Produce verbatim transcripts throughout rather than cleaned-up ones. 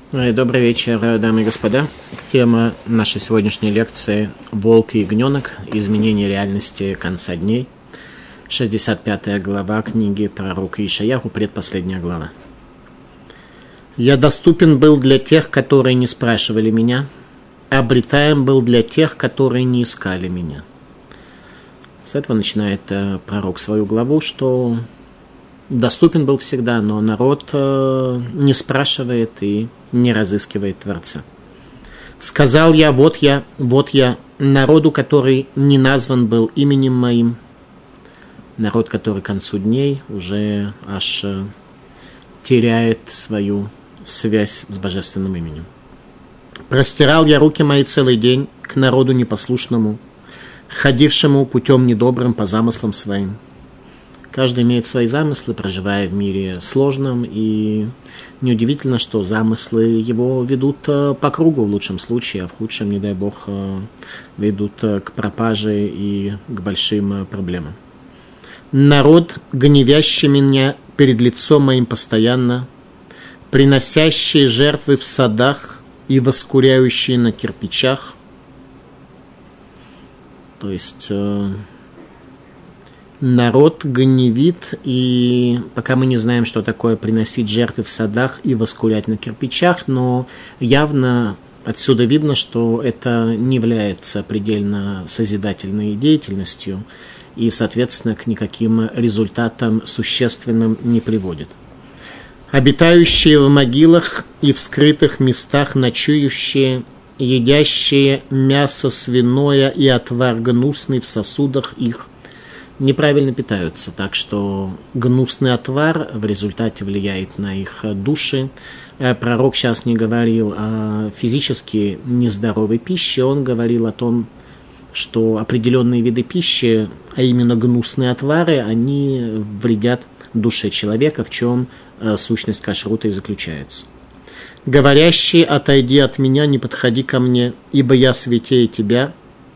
Добрый вечер, дамы и господа. Тема нашей сегодняшней лекции «Волк и ягненок. Изменение реальности конца дней». шестьдесят пятая глава книги пророка Ишаяху, предпоследняя глава. «Я доступен был для тех, которые не спрашивали меня, обретаем был для тех, которые не искали меня». С этого начинает э, пророк свою главу, что доступен был всегда, но народ э, не спрашивает и не разыскивает Творца. «Сказал я, вот я, вот я, народу, который не назван был именем моим». Народ, который к концу дней уже аж э, теряет свою связь с божественным именем. «Простирал я руки мои целый день к народу непослушному, ходившему путем недобрым по замыслам своим». Каждый имеет свои замыслы, проживая в мире сложном, и неудивительно, что замыслы его ведут по кругу в лучшем случае, а в худшем, не дай бог, ведут к пропаже и к большим проблемам. «Народ, гневящий меня перед лицом моим постоянно, приносящие жертвы в садах и воскуряющие на кирпичах». То есть э, народ гневит, и пока мы не знаем, что такое приносить жертвы в садах и воскурять на кирпичах, но явно отсюда видно, что это не является предельно созидательной деятельностью и, соответственно, к никаким результатам существенным не приводит. «Обитающие в могилах и в скрытых местах ночующие, едящие мясо свиное и отвар гнусный в сосудах их, неправильно питаются, так что гнусный отвар в результате влияет на их души». Пророк сейчас не говорил о физически нездоровой пище, он говорил о том, что определенные виды пищи, а именно гнусные отвары, они вредят душе человека, в чем сущность кашрута и заключается. «Говорящий, отойди от меня, не подходи ко мне, ибо я святее тебя,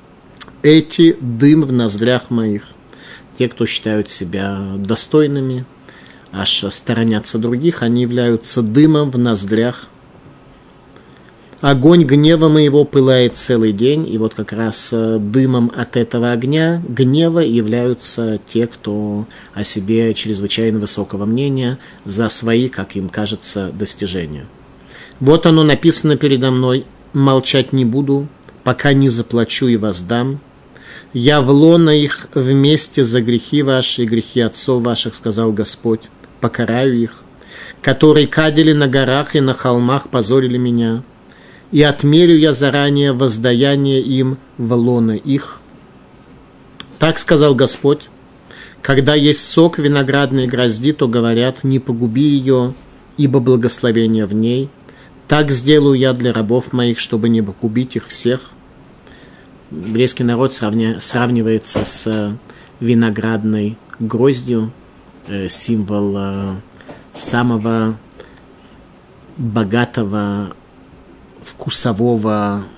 эти дым в ноздрях моих». Те, кто считают себя достойными, аж сторонятся других, они являются дымом в ноздрях. «Огонь гнева моего пылает целый день», и вот как раз дымом от этого огня гнева являются те, кто о себе чрезвычайно высокого мнения за свои, как им кажется, достижения. «Вот оно написано передо мной, молчать не буду, пока не заплачу и воздам. Я в лоно их вместе за грехи ваши и грехи отцов ваших, сказал Господь, покараю их, которые кадили на горах и на холмах, позорили меня, и отмерю я заранее воздаяние им в лоно их. Так сказал Господь, когда есть сок виноградной грозди, то говорят, не погуби ее, ибо благословение в ней. Так сделаю я для рабов моих, чтобы не погубить их всех». Еврейский народ сравня, сравнивается с виноградной гроздью, э, символ э, самого богатого вкусового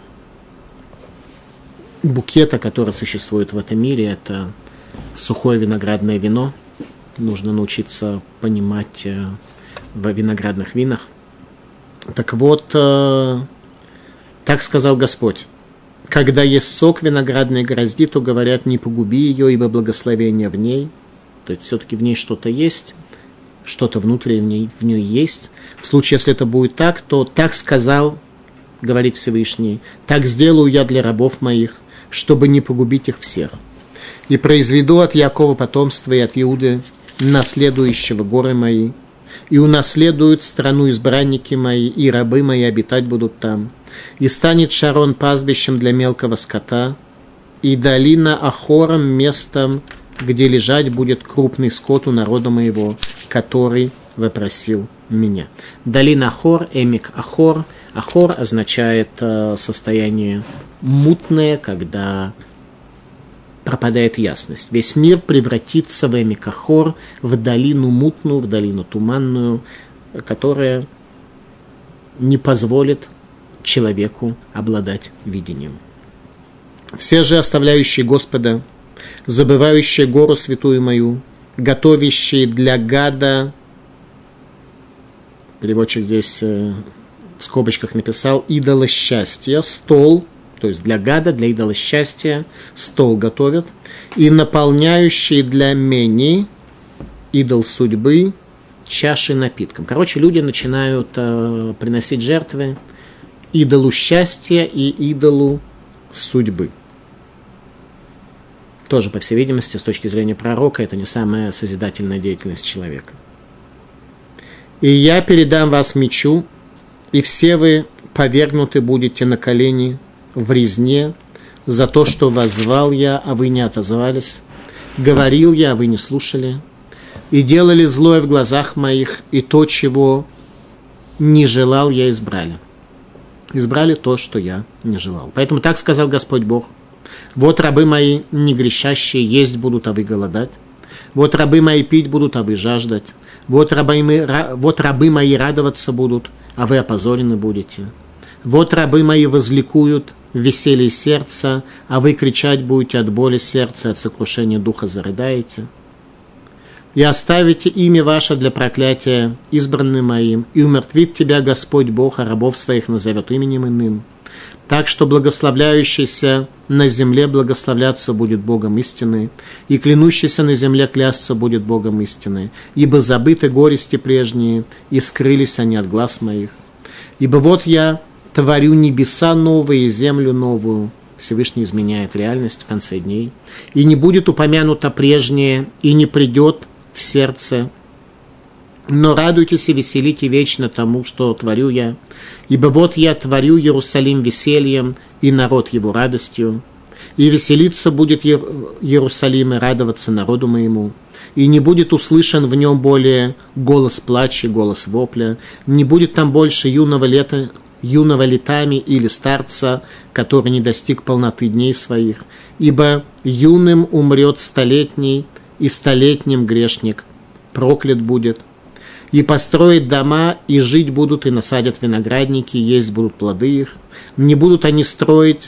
букета, который существует в этом мире. Это сухое виноградное вино. Нужно научиться понимать э, в виноградных винах. Так вот, э, так сказал Господь. Когда есть сок виноградной грозди, то говорят, не погуби ее, ибо благословение в ней. То есть все-таки в ней что-то есть, что-то внутри в ней, в ней есть. В случае, если это будет так, то так сказал, говорит Всевышний, так сделаю я для рабов моих, чтобы не погубить их всех. И произведу от Якова потомства и от Иуды наследующего горы мои, и унаследуют страну избранники мои, и рабы мои обитать будут там. И станет Шарон пастбищем для мелкого скота, и долина Ахором местом, где лежать будет крупный скот у народа моего, который вопросил меня. Долина Ахор, Эмик Ахор. Ахор означает состояние мутное, когда пропадает ясность. Весь мир превратится в Эмик Ахор, в долину мутную, в долину туманную, которая не позволит человеку обладать видением. Все же оставляющие Господа, забывающие гору святую мою, готовящие для гада, переводчик здесь в скобочках написал идола счастья, стол, то есть для гада, для идола счастья, стол готовят, и наполняющий для мени, идол судьбы, чаши напитком. Короче, люди начинают э, приносить жертвы идолу счастья и идолу судьбы. Тоже, по всей видимости, с точки зрения пророка, это не самая созидательная деятельность человека. «И я передам вас мечу, и все вы повергнуты будете на колени в резне за то, что воззвал я, а вы не отозвались, говорил я, а вы не слушали, и делали злое в глазах моих, и то, чего не желал, я избрали». Избрали то, что я не желал. Поэтому так сказал Господь Бог: «Вот рабы мои негрешащие есть будут, а вы голодать. Вот рабы мои пить будут, а вы жаждать. Вот рабы, мои, вот рабы мои радоваться будут, а вы опозорены будете. Вот рабы мои возликуют в веселье сердца, а вы кричать будете от боли сердца, от сокрушения духа зарыдаете. И оставите имя ваше для проклятия избранным моим, и умертвит тебя Господь Бог, а рабов своих назовет именем иным. Так что благословляющийся на земле благословляться будет Богом истины, и клянущийся на земле клясться будет Богом истины, ибо забыты горести прежние, и скрылись они от глаз моих. Ибо вот я творю небеса новые и землю новую». Всевышний изменяет реальность в конце дней. «И не будет упомянуто прежнее, и не придет в сердце. Но радуйтесь и веселите вечно тому, что творю я. Ибо вот я творю Иерусалим весельем, и народ его радостью. И веселиться будет Иерусалим, и радоваться народу моему. И не будет услышан в нем более голос плача, голос вопля. Не будет там больше юного лета, юного летами или старца, который не достиг полноты дней своих. Ибо юным умрет столетний, и столетним грешник проклят будет. И построят дома, и жить будут, и насадят виноградники, и есть будут плоды их. Не будут они строить,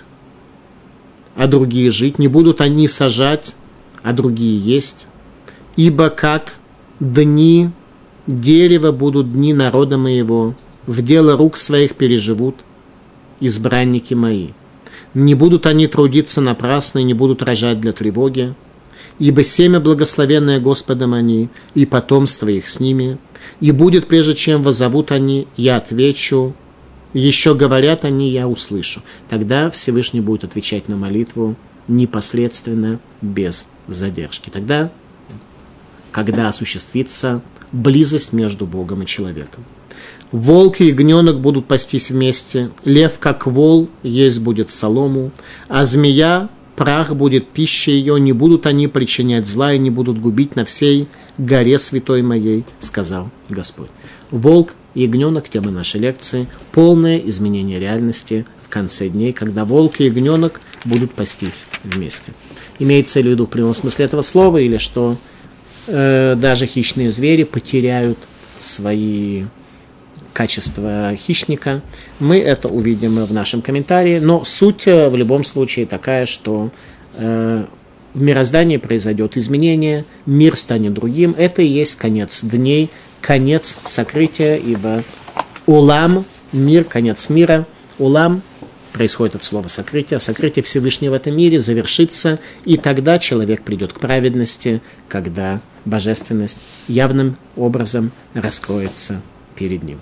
а другие жить. Не будут они сажать, а другие есть. Ибо как дни дерева будут дни народа моего, в дело рук своих переживут избранники мои. Не будут они трудиться напрасно, и не будут рожать для тревоги. Ибо семя благословенное Господом они, и потомство их с ними. И будет, прежде чем воззовут они, я отвечу, еще говорят они, я услышу». Тогда Всевышний будет отвечать на молитву непосредственно, без задержки. Тогда, когда осуществится близость между Богом и человеком. «Волк и ягненок будут пастись вместе, лев, как вол, есть будет солому, а змея прах будет пищей ее, не будут они причинять зла и не будут губить на всей горе святой моей, сказал Господь». Волк и ягненок, тема нашей лекции, полное изменение реальности в конце дней, когда волк и ягненок будут пастись вместе. Имеется ли в виду в прямом смысле этого слова, или что э, даже хищные звери потеряют свои качества хищника, мы это увидим в нашем комментарии, но суть в любом случае такая, что э, в мироздании произойдет изменение, мир станет другим, это и есть конец дней, конец сокрытия, ибо улам, мир, конец мира, улам происходит от слова сокрытие, сокрытие Всевышнего в этом мире завершится, и тогда человек придет к праведности, когда божественность явным образом раскроется перед ним.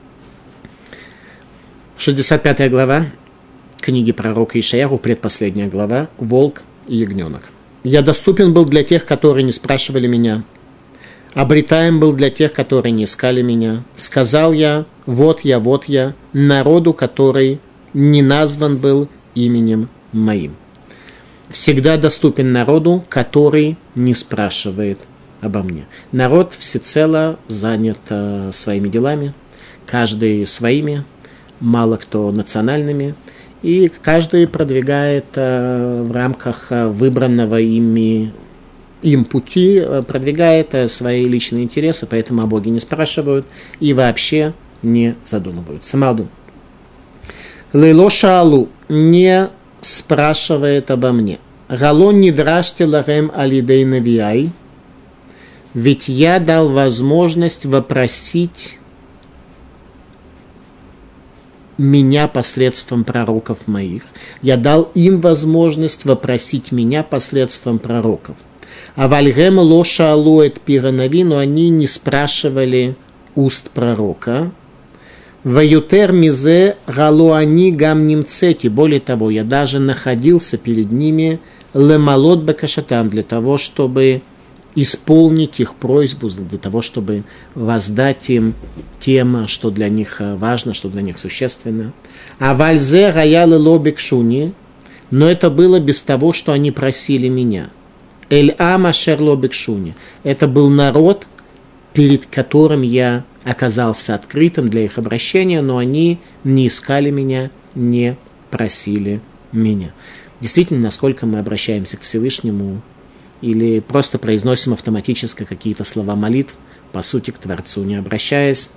шестьдесят пятая глава книги пророка Ишаяху, предпоследняя глава, «Волк и ягненок». «Я доступен был для тех, которые не спрашивали меня, обретаем был для тех, которые не искали меня. Сказал я, вот я, вот я, народу, который не назван был именем моим». Всегда доступен народу, который не спрашивает обо мне. Народ всецело занят э, своими делами, каждый своими, мало кто национальными, и каждый продвигает э, в рамках э, выбранного ими, им пути, э, продвигает э, свои личные интересы, поэтому о Боге не спрашивают и вообще не задумываются. Малду. Лейло шаалу, не спрашивает обо мне. Галон не драште ларем алидей навиай, ведь я дал возможность вопросить меня посредством пророков моих. Я дал им возможность вопросить меня посредством пророков. А вальгем лоша алоет пиранави, но они не спрашивали уст пророка. Ваютер мизе галуани гам немцети. Более того, я даже находился перед ними лемалот бекашатам, для того, чтобы исполнить их просьбу, для того, чтобы воздать им тем, что для них важно, что для них существенно. А вальзе гаялы лобекшуни, но это было без того, что они просили меня. Эль ама шер лобекшуни. Это был народ, перед которым я оказался открытым для их обращения, но они не искали меня, не просили меня. Действительно, насколько мы обращаемся к Всевышнему, или просто произносим автоматически какие-то слова молитв, по сути, к Творцу не обращаясь.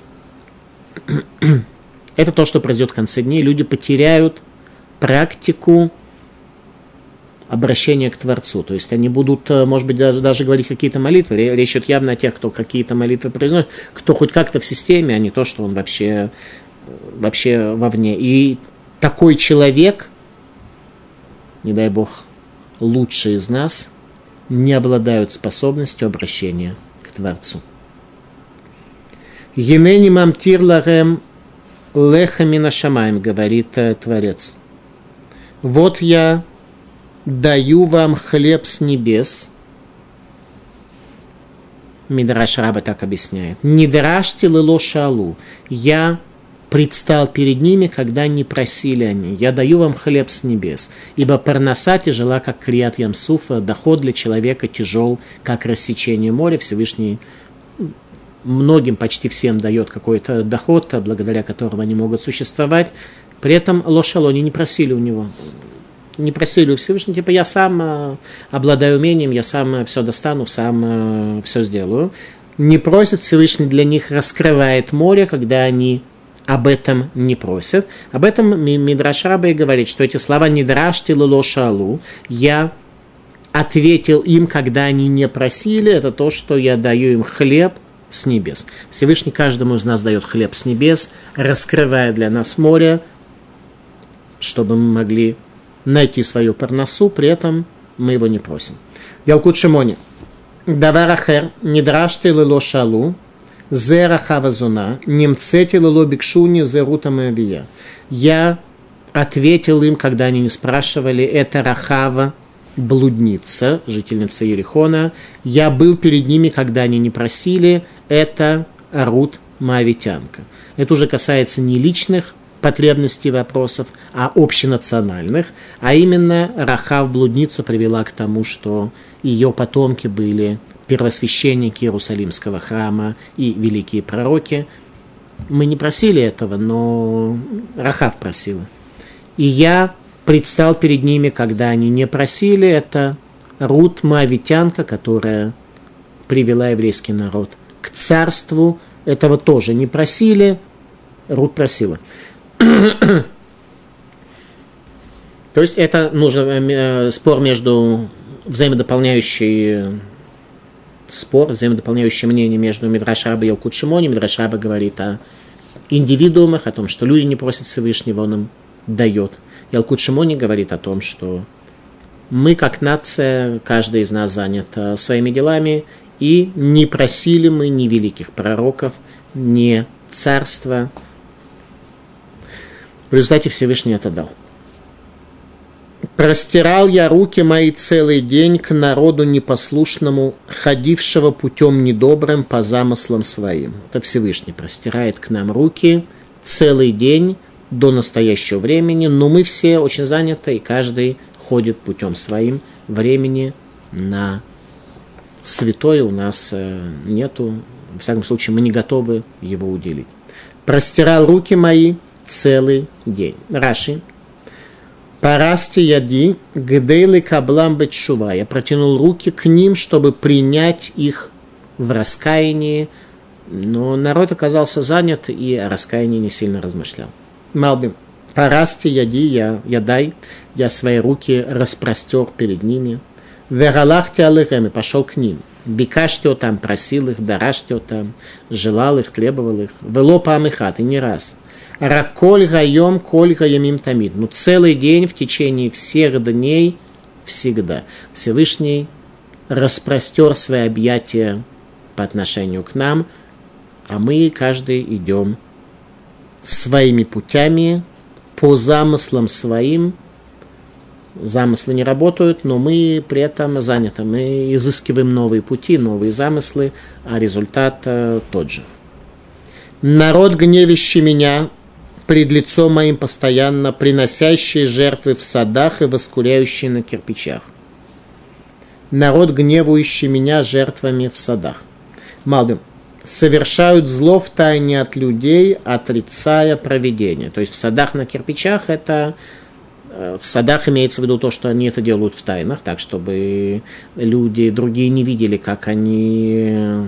Это то, что произойдет в конце дней. Люди потеряют практику обращения к Творцу. То есть они будут, может быть, даже, даже говорить какие-то молитвы. Речь идет явно о тех, кто какие-то молитвы произносит, кто хоть как-то в системе, а не то, что он вообще, вообще вовне. И такой человек, не дай Бог, лучший из нас, не обладают способностью обращения к Творцу. «Енени мамтир ларем лехамина шамаем», говорит Творец. «Вот я даю вам хлеб с небес». Мидраш Раба так объясняет. «Нидрашти лыло шалу». Я предстал перед ними, когда не просили они. Я даю вам хлеб с небес. Ибо парноса тяжела, как крият ямсуфа, доход для человека тяжел, как рассечение моря. Всевышний многим, почти всем дает какой-то доход, благодаря которому они могут существовать. При этом лошало они не просили у него. Не просили у Всевышнего, типа я сам обладаю умением, я сам все достану, сам все сделаю. Не просит Всевышний, для них раскрывает море, когда они об этом не просят. Об этом Мидраш Раба и говорит, что эти слова «Нидрашти лыло шалу», я ответил им, когда они не просили, это то, что я даю им хлеб с небес. Всевышний каждому из нас дает хлеб с небес, раскрывая для нас море, чтобы мы могли найти свою парносу, при этом мы его не просим. Ялкут Шимони. Давар ахер, Нидрашти лыло шалу, зе рахава зуна, немцети лыло бикшуни, зе рута моавия. Я ответил им, когда они не спрашивали, это Рахава, блудница, жительница Ерихона. Я был перед ними, когда они не просили, это Рут моавитянка. Это уже касается не личных потребностей вопросов, а общенациональных. А именно Рахав, блудница, привела к тому, что ее потомки были первосвященники Иерусалимского храма и великие пророки. Мы не просили этого, но Рахав просила. И я предстал перед ними, когда они не просили. Это Рут моавитянка, которая привела еврейский народ к царству. Этого тоже не просили, Рут просила. То есть это нужно э, спор между взаимодополняющий спор, взаимодополняющее мнение между Мидраш Раба и Ялкут Шимони. Мидраш Раба говорит о индивидуумах, о том, что люди не просят Всевышнего, он им дает. Ялкут Шимони говорит о том, что мы, как нация, каждый из нас занят своими делами, и не просили мы ни великих пророков, ни царства. В результате Всевышний это дал. «Простирал я руки мои целый день к народу непослушному, ходившего путем недобрым по замыслам своим». Это Всевышний простирает к нам руки целый день до настоящего времени, но мы все очень заняты, и каждый ходит путем своим. Времени на святое у нас нету, в всяком случае мы не готовы его уделить. «Простирал руки мои целый день». Раши. «Парасти яди, гдейлы каблам бетшува». Я протянул руки к ним, чтобы принять их в раскаянии, но народ оказался занят и о раскаянии не сильно размышлял. Малбим. «Парасти яди, я, я дай, я свои руки распростер перед ними. Вералахти алыхэм, и пошел к ним. Бикашти там, просил их, дарашти там, желал их, требовал их. Вело памыхат, и не раз. Раколь гайом, коль гаямим тамид. Ну, целый день в течение всех дней всегда. Всевышний распростер свои объятия по отношению к нам, а мы каждый идем своими путями, по замыслам своим. Замыслы не работают, но мы при этом заняты. Мы изыскиваем новые пути, новые замыслы, а результат э, тот же. Народ, гневящий меня пред лицом моим постоянно, приносящий жертвы в садах и воскуряющий на кирпичах. Народ, гневающий меня жертвами в садах. Малдым. Совершают зло в тайне от людей, отрицая провидение. То есть в садах на кирпичах это... В садах имеется в виду то, что они это делают в тайнах, так, чтобы люди другие не видели, как они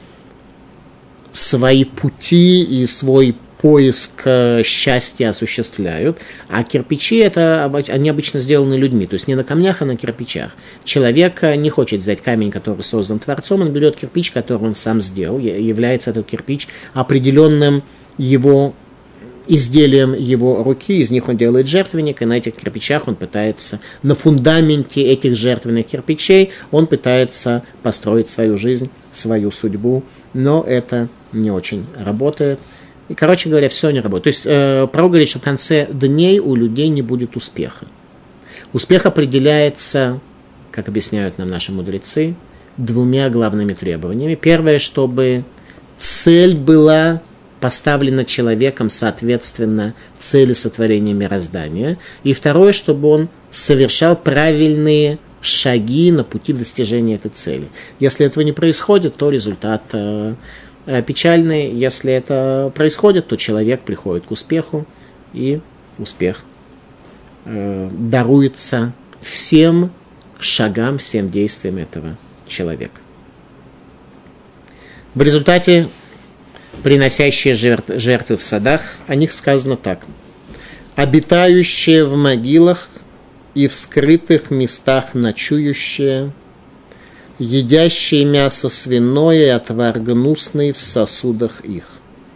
свои пути и свой поиск счастья осуществляют. А кирпичи, это, они обычно сделаны людьми, то есть не на камнях, а на кирпичах. Человек не хочет взять камень, который создан Творцом, он берет кирпич, который он сам сделал, является этот кирпич определенным его изделием его руки, из них он делает жертвенник, и на этих кирпичах он пытается, на фундаменте этих жертвенных кирпичей, он пытается построить свою жизнь, свою судьбу, но это не очень работает. И, короче говоря, все не работает. То есть, э, пророк говорит, что в конце дней у людей не будет успеха. Успех определяется, как объясняют нам наши мудрецы, двумя главными требованиями. Первое, чтобы цель была поставлена человеком, соответственно, цели сотворения мироздания. И второе, чтобы он совершал правильные шаги на пути достижения этой цели. Если этого не происходит, то результат э, печальный. Если это происходит, то человек приходит к успеху, и успех э, даруется всем шагам, всем действиям этого человека. В результате приносящие жертв, жертвы в садах, о них сказано так. Обитающие в могилах и в скрытых местах ночующие, едящие мясо свиное и отвар гнусный в сосудах их.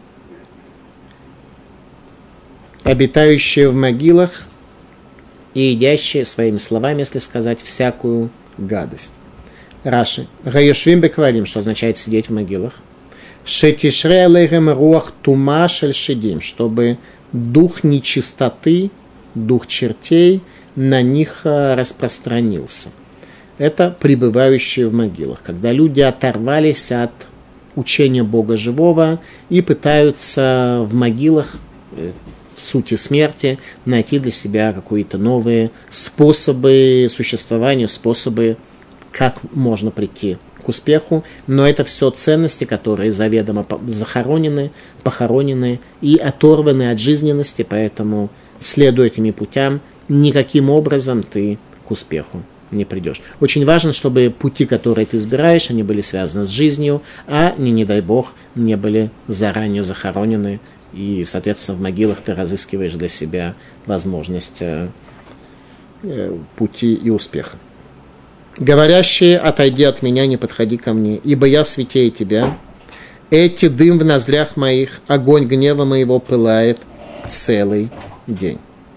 Обитающие в могилах и едящие, своими словами, если сказать, всякую гадость. Раши. Гаешвим бекварим, что означает сидеть в могилах. Шетишре алейхем руах тума шель шедим, чтобы дух нечистоты, дух чертей на них распространился. Это пребывающие в могилах, когда люди оторвались от учения Бога живого и пытаются в могилах, в сути смерти, найти для себя какие-то новые способы существования, способы, как можно прийти к успеху, но это все ценности, которые заведомо захоронены, похоронены и оторваны от жизненности, поэтому, следуя этими путям, никаким образом ты к успеху не придешь. Очень важно, чтобы пути, которые ты избираешь, они были связаны с жизнью, а не, не дай Бог, не были заранее захоронены, и, соответственно, в могилах ты разыскиваешь для себя возможность э, э, пути и успеха. Говорящие, отойди от меня, не подходи ко мне, ибо я святее тебя. Эти дым в ноздрях моих, огонь гнева моего пылает целый день.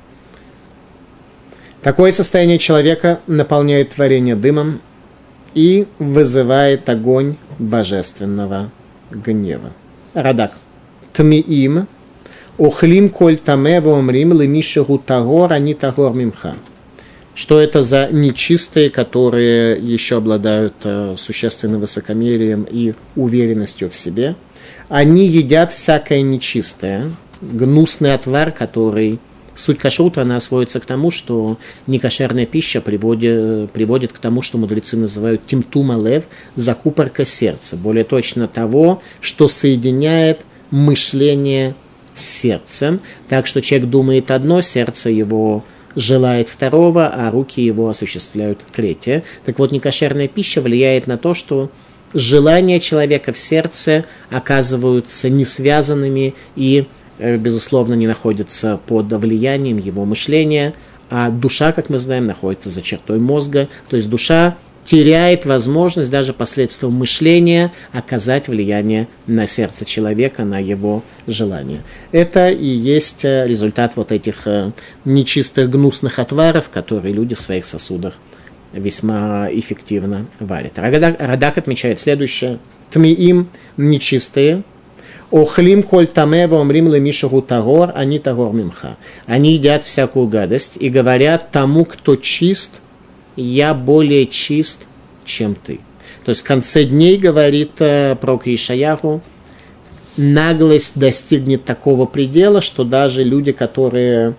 Такое состояние человека наполняет творение дымом и вызывает огонь божественного гнева. Радак. Тмиим, охлим коль таме вомрим лемишегу тагор, ани тагор мимха. Что это за нечистые, которые еще обладают э, существенным высокомерием и уверенностью в себе. Они едят всякое нечистое, гнусный отвар, который... Суть кашрута, она сводится к тому, что некошерная пища приводит, приводит к тому, что мудрецы называют тимтума лев, закупорка сердца. Более точно того, что соединяет мышление с сердцем. Так что человек думает одно, сердце его желает второго, а руки его осуществляют третье. Так вот, некошерная пища влияет на то, что желания человека в сердце оказываются несвязанными и, безусловно, не находятся под влиянием его мышления, а душа, как мы знаем, находится за чертой мозга. То есть душа теряет возможность даже посредством мышления оказать влияние на сердце человека, на его желание. Это и есть результат вот этих нечистых гнусных отваров, которые люди в своих сосудах весьма эффективно варят. Радак, Радак отмечает следующее. Тмиим нечистые. Охлим коль тамева умрим лемишагу тагор, они тагор мимха. Они едят всякую гадость и говорят тому, кто чист, я более чист, чем ты. То есть в конце дней, говорит э, пророк Ишаяху, наглость достигнет такого предела, что даже люди, которые,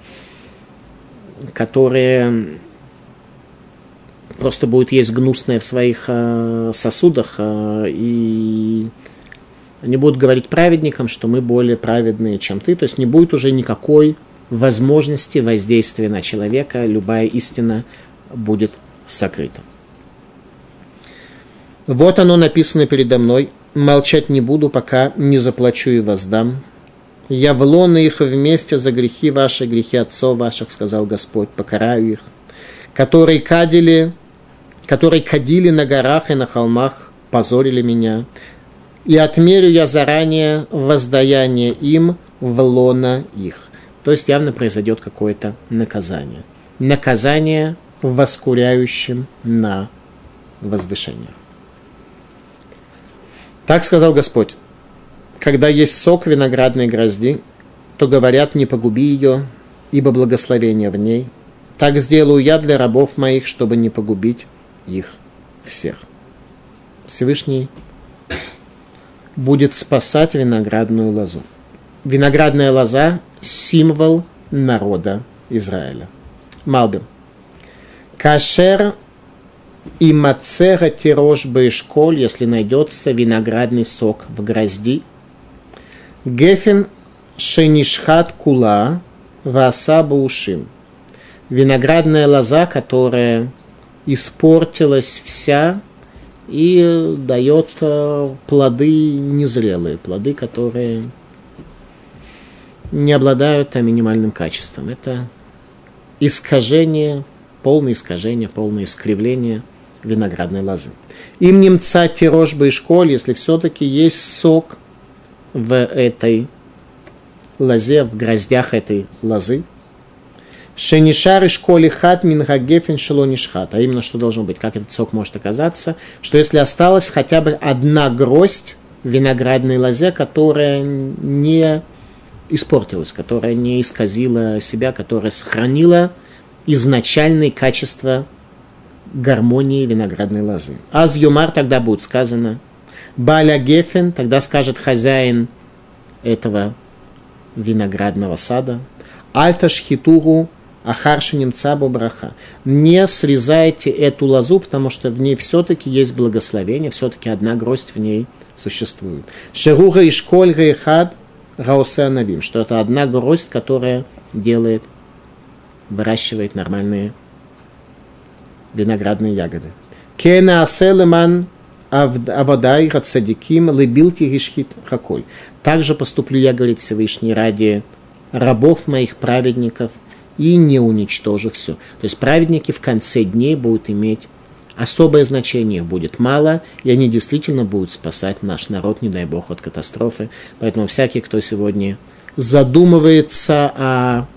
которые просто будут есть гнусное в своих э, сосудах, э, и они будут говорить праведникам, что мы более праведные, чем ты. То есть не будет уже никакой возможности воздействия на человека, любая истина будет сокрыто. Вот оно написано передо мной. Молчать не буду, пока не заплачу и воздам. Я в лоно их вместе за грехи ваши, грехи отцов ваших, сказал Господь, покараю их, которые кадили, которые кадили на горах и на холмах, позорили меня, и отмерю я заранее воздаяние им в лоно их. То есть явно произойдет какое-то наказание. Наказание воскуряющим на возвышениях. Так сказал Господь: когда есть сок виноградной грозди, то говорят, не погуби ее, ибо благословение в ней. Так сделаю я для рабов моих, чтобы не погубить их всех. Всевышний будет спасать виноградную лозу. Виноградная лоза – символ народа Израиля. Малбим. Кашер и мацера тирош бэшколь, если найдется виноградный сок в грозди. Гефин шенишхат кула васаба ушим. Виноградная лоза, которая испортилась вся и дает плоды незрелые, плоды, которые не обладают минимальным качеством. Это искажение, полное искажение, полное искривление виноградной лозы. Им немца тирош бэшколь, если все-таки есть сок в этой лозе, в гроздях этой лозы. Шенишар и школи хат минхагефин шелонишхат. А именно, что должно быть, как этот сок может оказаться, что если осталась хотя бы одна гроздь в виноградной лозе, которая не испортилась, которая не исказила себя, которая сохранила изначальные качества гармонии виноградной лозы. Аз юмар, тогда будет сказано, Баля гефен, тогда скажет хозяин этого виноградного сада, Альта шхитуру ахаршиним цабу браха. Не срезайте эту лозу, потому что в ней все-таки есть благословение, все-таки одна гроздь в ней существует. Шеруга и школь гейхад раусе навим, что это одна гроздь, которая делает, выращивает нормальные виноградные ягоды. Кена аселеман авадай хацадиким лебилти гишхит хаколь. Также поступлю я, говорит Всевышний, ради рабов моих праведников и не уничтожу все. То есть праведники в конце дней будут иметь особое значение, их будет мало, и они действительно будут спасать наш народ, не дай Бог, от катастрофы. Поэтому всякий, кто сегодня задумывается о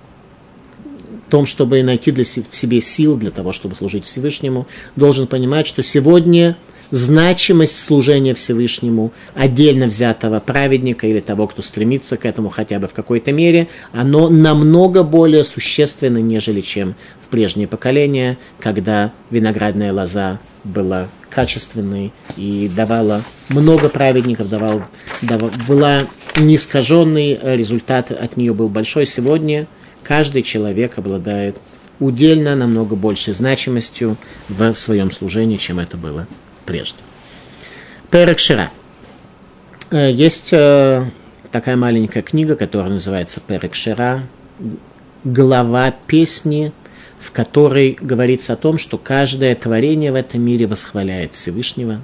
том, чтобы найти для в себе сил для того, чтобы служить Всевышнему, должен понимать, что сегодня значимость служения Всевышнему, отдельно взятого праведника или того, кто стремится к этому хотя бы в какой-то мере, оно намного более существенно, нежели чем в прежние поколения, когда виноградная лоза была качественной и давала много праведников, давала, давала, была неискаженный, результат от нее был большой. Сегодня каждый человек обладает удельно намного большей значимостью в своем служении, чем это было прежде. Перек Шира. Есть такая маленькая книга, которая называется Перек Шира, глава песни, в которой говорится о том, что каждое творение в этом мире восхваляет Всевышнего.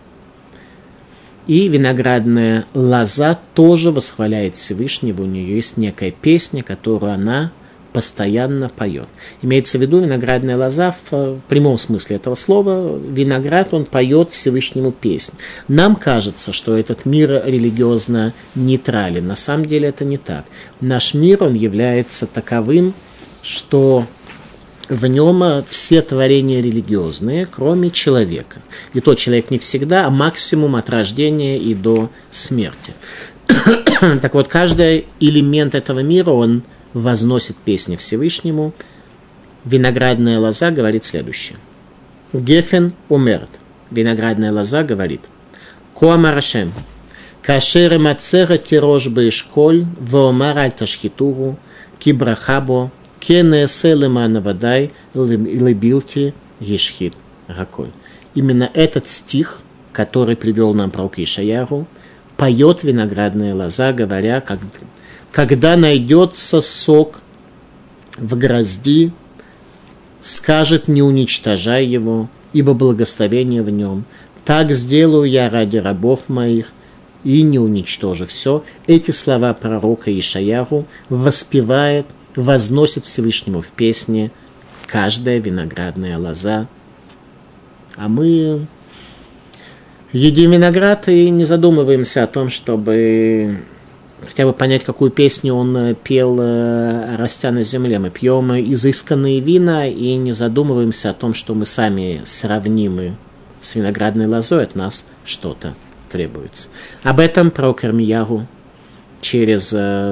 И виноградная лоза тоже восхваляет Всевышнего. У нее есть некая песня, которую она постоянно поет. Имеется в виду виноградная лоза в прямом смысле этого слова. Виноград, он поет Всевышнему песнь. Нам кажется, что этот мир религиозно нейтрален. На самом деле это не так. Наш мир, он является таковым, что в нем все творения религиозные, кроме человека. И тот человек не всегда, а максимум от рождения и до смерти. Так вот, каждый элемент этого мира, он возносит песни Всевышнему. Виноградная лоза говорит следующее. Гефен умерт. Виноградная лоза говорит. Коамар Ашем. Кашер мацера тирош бэшколь, воомар аль ташхитуру, кибрахабо, кенесе лемана вадай, лебилти ешхит гаколь. Именно этот стих, который привел нам пророк Ишаяху, поет виноградная лоза, говоря, как, когда найдется сок в грозди, скажет, не уничтожай его, ибо благословение в нем. Так сделаю я ради рабов моих, и не уничтожу все. Эти слова пророка Ишаяху воспевает, возносит Всевышнему в песне каждая виноградная лоза. А мы едим виноград и не задумываемся о том, чтобы хотя бы понять, какую песню он пел, растя на земле. Мы пьем изысканные вина и не задумываемся о том, что мы сами сравнимы с виноградной лозой, от нас что-то требуется. Об этом пророк Ирмиягу через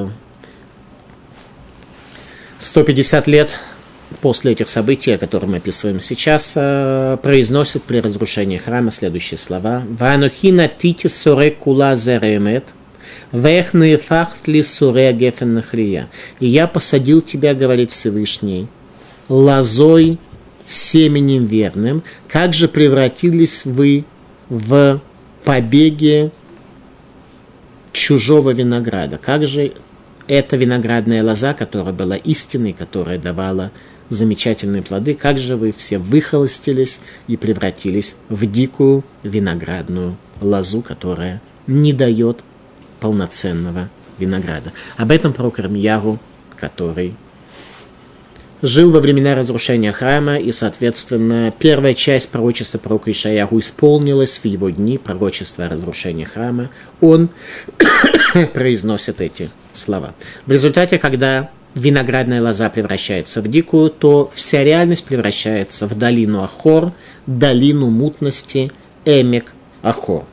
сто пятьдесят лет после этих событий, о которых мы описываем сейчас, произносит при разрушении храма следующие слова. «Ванухина тити суре кула зеремет, вэх наефахт ли суре гефен нахрия». И я посадил тебя, говорит Всевышний, лозой, семенем верным. Как же превратились вы в побеги чужого винограда? Как же эта виноградная лоза, которая была истинной, которая давала замечательные плоды, как же вы все выхолостились и превратились в дикую виноградную лозу, которая не дает полноценного винограда. Об этом пророк Ирмиягу, который жил во времена разрушения храма, и, соответственно, первая часть пророчества пророка Ишаяху исполнилась в его дни, пророчество о разрушении храма. Он произносит эти слова. В результате, когда виноградная лоза превращается в дикую, то вся реальность превращается в долину Ахор, долину мутности, Эмек Ахор.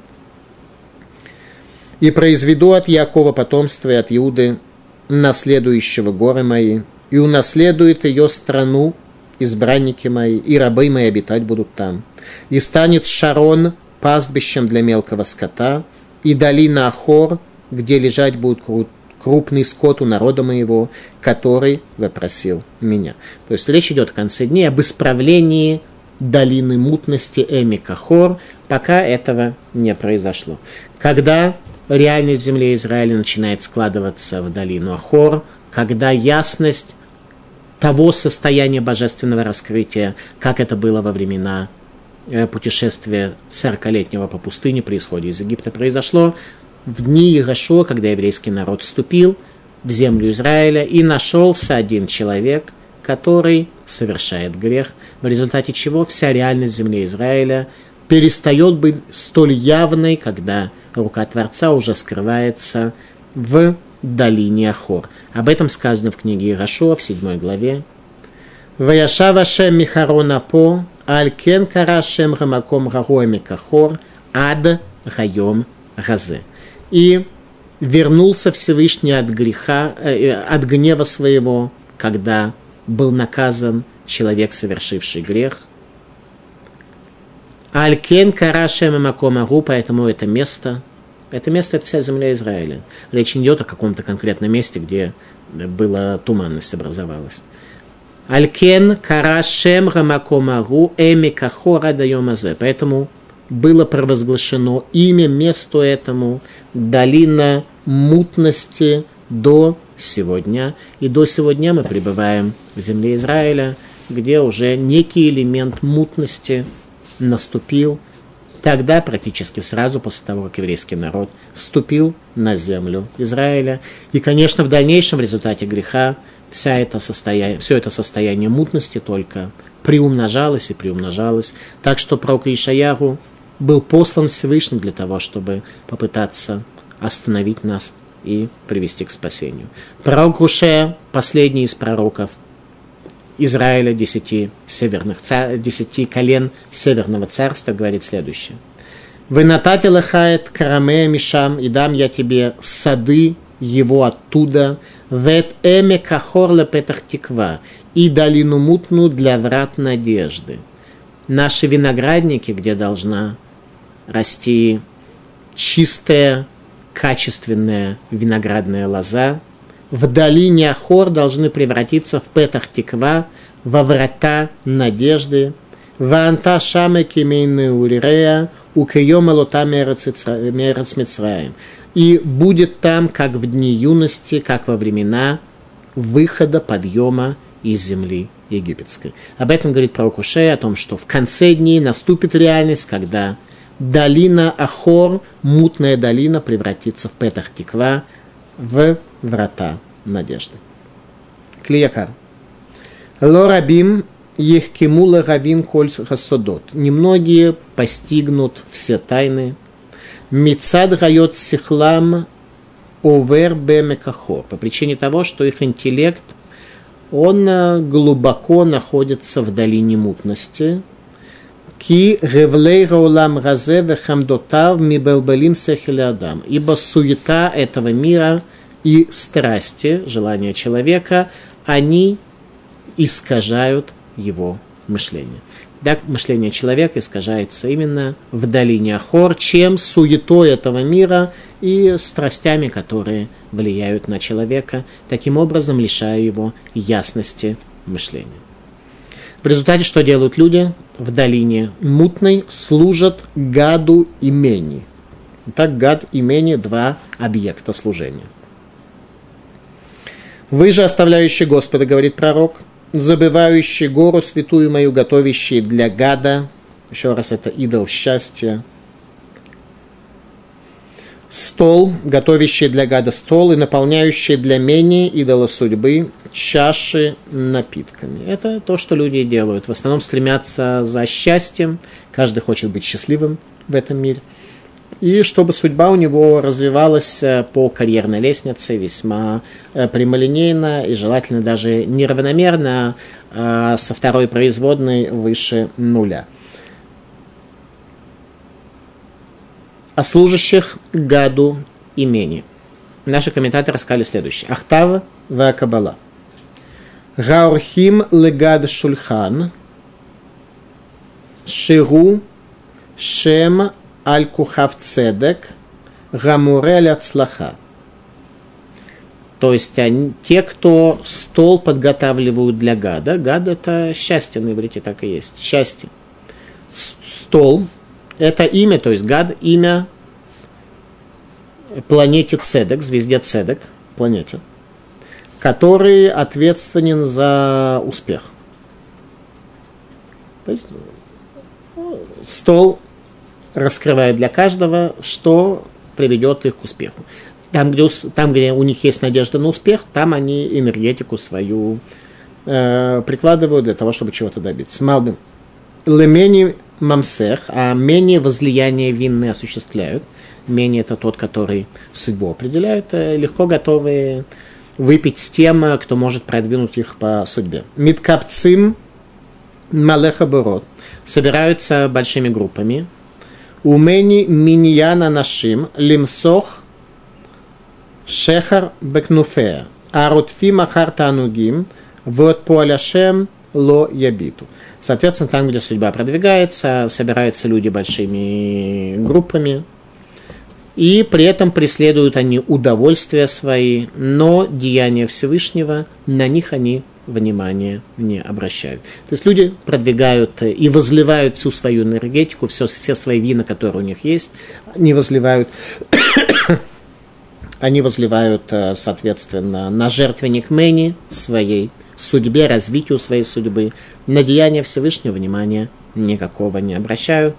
«И произведу от Якова потомство и от Иуды наследующего горы мои, и унаследует ее страну избранники мои, и рабы мои обитать будут там. И станет Шарон пастбищем для мелкого скота, и долина Ахор, где лежать будет крупный скот у народа моего, который вопросил меня». То есть речь идет в конце дней об исправлении долины мутности Эмек Ахор, пока этого не произошло. Когда реальность в земле Израиля начинает складываться в долину Ахор, когда ясность того состояния божественного раскрытия, как это было во времена путешествия сорокалетнего по пустыне при исходе из Египта, произошло в дни Иерошуа, когда еврейский народ вступил в землю Израиля, и нашелся один человек, который совершает грех, в результате чего вся реальность в земле Израиля перестает быть столь явной, когда рука Творца уже скрывается в долине Ахор. Об этом сказано в книге Иерошуа в седьмой главе. «Ваяшав Ашем михарона по, аль кен кара Ашем рамаком рагу Эмек Ахор, ад райом газе». И вернулся Всевышний от греха, э, от гнева своего, когда был наказан человек, совершивший грех. Аль кен кара Ашем рамаком рагу, поэтому это место, это место – это вся земля Израиля. Речь не идет о каком-то конкретном месте, где была туманность, образовалась. Алькен карашем рамакомару эмек ахор ад хайом азе. Поэтому было провозглашено имя месту этому, долина мутности до сегодня. И до сегодня мы пребываем в земле Израиля, где уже некий элемент мутности наступил. Тогда, практически сразу после того, как еврейский народ ступил на землю Израиля. И, конечно, в дальнейшем в результате греха вся это состояние, все это состояние мутности только приумножалось и приумножалось. Так что пророк Ишаяху был послан Всевышним для того, чтобы попытаться остановить нас и привести к спасению. Пророк Гушея, последний из пророков Израиля, десяти, северных, десяти колен Северного царства, говорит следующее. «Вынатати лахает карамея мишам, и дам я тебе сады его оттуда, вет эме кахор лепетах тиква, и долину мутную для врат надежды». Наши виноградники, где должна расти чистая, качественная виноградная лоза, в долине Ахор должны превратиться в петах тиква, во врата надежды, ваанта шаме кемейны урирея, укайома лота мерец Мицраим. И будет там, как в дни юности, как во времена выхода, подъема из земли египетской. Об этом говорит пророк Ушея, о том, что в конце дней наступит реальность, когда долина Ахор, мутная долина, превратится в петах тиква, в врата надежды. Клиякар. Ло рабим ехкимула равим коль хасодот. Немногие постигнут все тайны. Мицад гайот сихлам овер бемекахор. По причине того, что их интеллект, он глубоко находится в долине мутности. Ки ревлей раулам разе вехамдотав мибелбелим сехили адам. Ибо суета этого мира и страсти, желания человека, они искажают его мышление. Так, мышление человека искажается именно в долине Ахор, чем суетой этого мира и страстями, которые влияют на человека, таким образом лишая его ясности мышления. В результате что делают люди? В долине мутной служат гаду и мени. Так гад и мени – два объекта служения. «Вы же, оставляющие Господа, — говорит пророк, — забывающие гору святую мою, готовящие для гада». Еще раз, это идол счастья. «Стол, готовящие для гада стол, и наполняющие для мени, идола судьбы, чаши напитками». Это то, что люди делают. В основном стремятся за счастьем. Каждый хочет быть счастливым в этом мире. И чтобы судьба у него развивалась по карьерной лестнице весьма прямолинейно и желательно даже неравномерно, а со второй производной выше нуля. О служащих гаду имени. Наши комментаторы сказали следующее. Ахтав ва кабала. Гаурхим легад шульхан. Ширу шем аль-кухав цедек, гамурель ацлаха. То есть они, те, кто стол подготавливают для гада. Гад – это счастье, на иврите так и есть. Счастье. Стол – это имя, то есть гад – имя планете Цедек, звезде Цедек, планете, который ответственен за успех. То есть стол раскрывает для каждого, что приведет их к успеху. Там где, там, где у них есть надежда на успех, там они энергетику свою э, прикладывают для того, чтобы чего-то добиться. Малбим. Лемени мамсех, а менее возлияние винные осуществляют. Менее это тот, который судьбу определяет, легко готовы выпить с тем, кто может продвинуть их по судьбе. Миткапцим малеха борот. Собираются большими группами. Умени миньяна нашим лимсох шехар бекнуфея. Арутфи махар танугим вот поаляшем ло ябиту. Соответственно, там, где судьба продвигается, собираются люди большими группами, и при этом преследуют они удовольствия свои, но деяния Всевышнего, на них они внимания не обращают. То есть люди продвигают и возливают всю свою энергетику, все, все свои вина, которые у них есть, они возливают, они возливают, соответственно, на жертвенник Мэни своей судьбе, развитию своей судьбы, на деяния Всевышнего внимания никакого не обращают.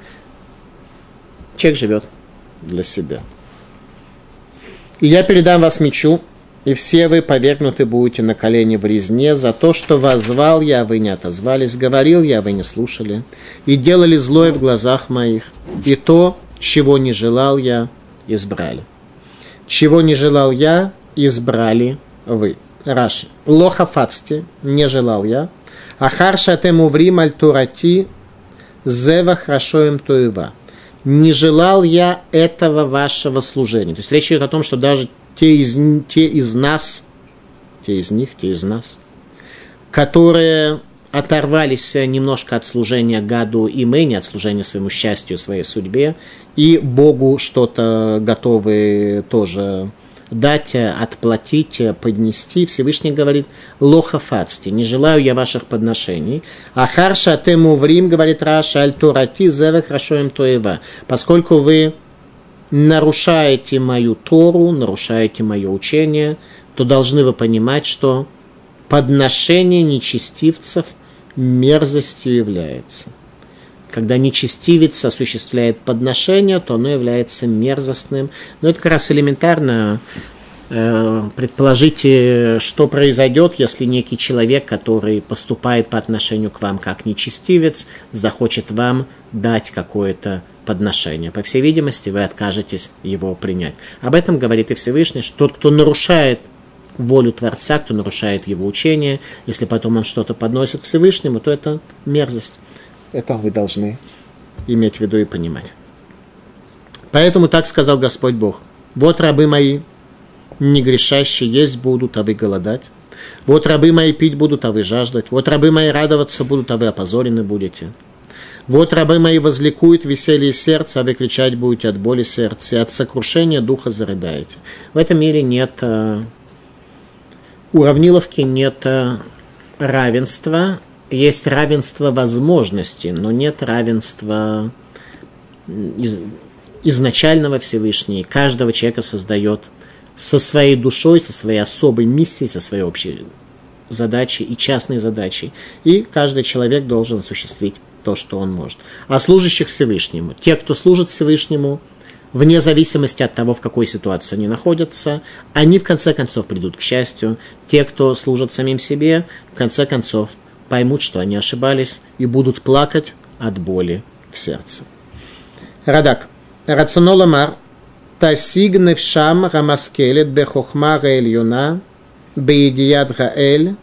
Человек живет для себя. И я передам вас мечу, и все вы повергнуты будете на колени в резне за то, что вас звал я, а вы не отозвались, говорил я, а вы не слушали, и делали злое в глазах моих, и то, чего не желал я, избрали. Чего не желал я, избрали вы. Раши. Лохафацти, не желал я, ахарша тему врим аль турати, зева хорошо им туева. Не желал я этого вашего служения. То есть речь идет о том, что даже те из, те из нас, те из них, те из нас, которые оторвались немножко от служения Гаду и Мэне, от служения своему счастью, своей судьбе, и Богу что-то готовы тоже дать, отплатить, поднести. Всевышний говорит: лохафацти, не желаю я ваших подношений. Ахарша тему врим, говорит Раша, аль турати зевех рашоем тоева. Поскольку вы нарушаете мою Тору, нарушаете мое учение, то должны вы понимать, что подношение нечестивцев мерзостью является. Когда нечестивец осуществляет подношение, то оно является мерзостным. Но это как раз элементарно. Предположите, что произойдет, если некий человек, который поступает по отношению к вам как нечестивец, захочет вам дать какое-то подношение. По всей видимости, вы откажетесь его принять. Об этом говорит и Всевышний, что тот, кто нарушает волю Творца, кто нарушает его учение, если потом он что-то подносит Всевышнему, то это мерзость. Это вы должны иметь в виду и понимать. Поэтому так сказал Господь Бог: вот рабы мои, не грешащие, есть будут, а вы голодать. Вот рабы мои пить будут, а вы жаждать. Вот рабы мои радоваться будут, а вы опозорены будете. Вот рабы мои возликуют веселье сердца, а вы кричать будете от боли сердца, и от сокрушения духа зарыдаете. В этом мире нет э, уравниловки, нет э, равенства. Есть равенство возможностей, но нет равенства из, изначального. Всевышний. Каждого человека создает со своей душой, со своей особой миссией, со своей общей задачей и частной задачей. И каждый человек должен осуществить то, что он может. А служащих Всевышнему, те, кто служит Всевышнему, вне зависимости от того, в какой ситуации они находятся, они в конце концов придут к счастью. Те, кто служат самим себе, в конце концов поймут, что они ошибались, и будут плакать от боли в сердце. Радак. Рационо ламар. Тасиг невшам рамаскелет бехохма гаэльюна беидият гаэль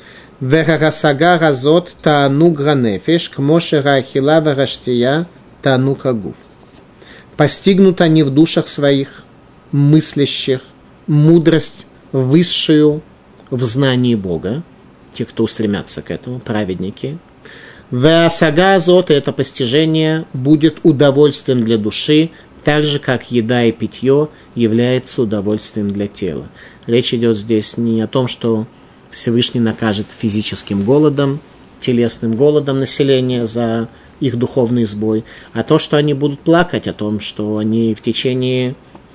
вегагасага газот таану гранефеш кмоше гаахила вегаштия таану кагуф. Постигнут они в душах своих, мыслящих, мудрость высшую в знании Бога, те, кто устремятся к этому, праведники. Веасага азот, это постижение, будет удовольствием для души, так же, как еда и питье является удовольствием для тела. Речь идет здесь не о том, что Всевышний накажет физическим голодом, телесным голодом населения за их духовный сбой, а то, что они будут плакать о том, что они в течение,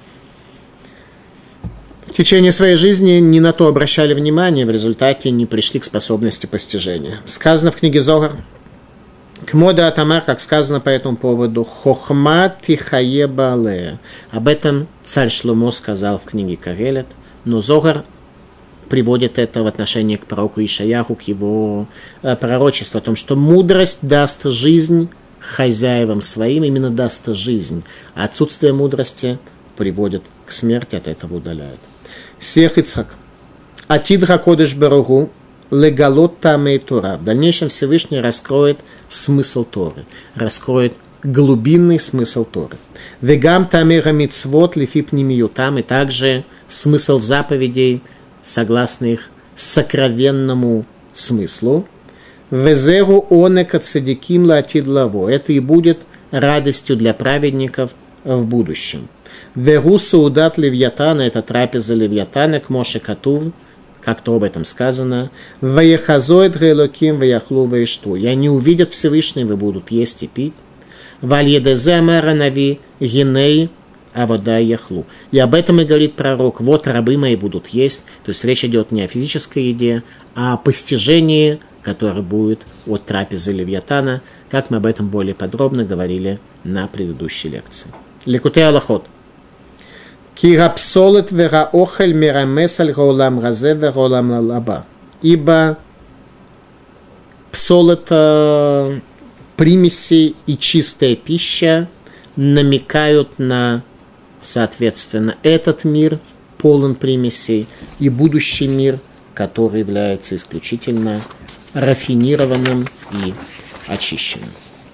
в течение своей жизни не на то обращали внимание, в результате не пришли к способности постижения. Сказано в книге Зогар, Кмода Атамар, как сказано по этому поводу, Хохма тихае бале. Об этом царь Шломо сказал в книге Кагелет, но Зогар приводит это в отношении к пророку Ишаяху, к его э, пророчеству, о том, что мудрость даст жизнь хозяевам своим, именно даст жизнь, а отсутствие мудрости приводит к смерти, от этого удаляет. Сех Ицхак. Атид хакодеш баругу легалот тамей Тора. В дальнейшем Всевышний раскроет смысл Торы, раскроет глубинный смысл Торы. Вегам тамера мицвот лифип немиютам, и также смысл заповедей, согласно их сокровенному смыслу. Везеру онека цадиким латид лаво. Это и будет радостью для праведников в будущем. Вегу саудат левьятана, это трапеза левьятана, к Моше Катув, как-то об этом сказано. Ваяхазоид гейлоким ваяхлу ваишту. И они увидят Всевышний, вы будут есть и пить. Вальедезе мэра нави гиней авода яхлу. И об этом и говорит пророк. Вот рабы мои будут есть. То есть речь идет не о физической еде, а о постижении, которое будет от трапезы левьятана, как мы об этом более подробно говорили на предыдущей лекции. Лекутей Алахот. Кирапсолет вера охель мирамесаль голам газе голам лаба. Ибо псолет, примеси и чистая пища намекают на, соответственно, этот мир полон примесей и будущий мир, который является исключительно рафинированным и очищенным.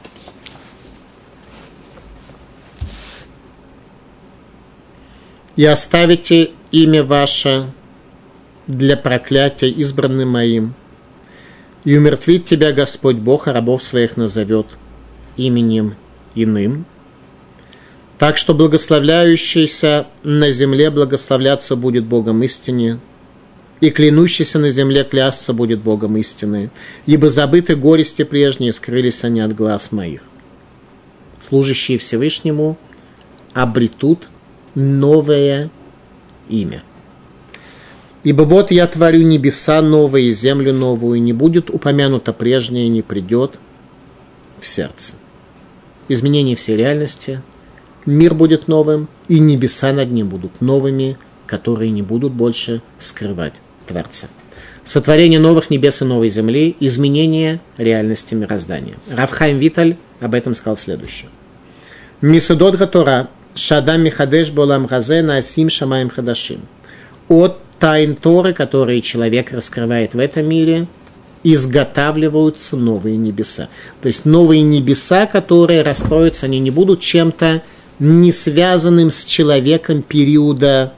И оставите имя ваше для проклятия избранным моим, и умертвит тебя Господь Бог, а рабов своих назовет именем иным. Так что благословляющийся на земле благословляться будет Богом истине, и клянущийся на земле клясться будет Богом истины, ибо забыты горести прежние, скрылись они от глаз моих. Служащие Всевышнему обретут новое имя. Ибо вот я творю небеса новые и землю новую, и не будет упомянуто прежнее, не придет в сердце. Изменение всей реальности, мир будет новым, и небеса над ним будут новыми, которые не будут больше скрывать Творца. Сотворение новых небес и новой земли, изменение реальности мироздания. Рав Хаим Виталь об этом сказал следующее. Мисудот Гатора Шадам Михадеш Болам Газе Наасим Шамаем Хадашим. От тайн Торы, которые человек раскрывает в этом мире, изготавливаются новые небеса. То есть новые небеса, которые раскроются, они не будут чем-то не связанным с человеком периода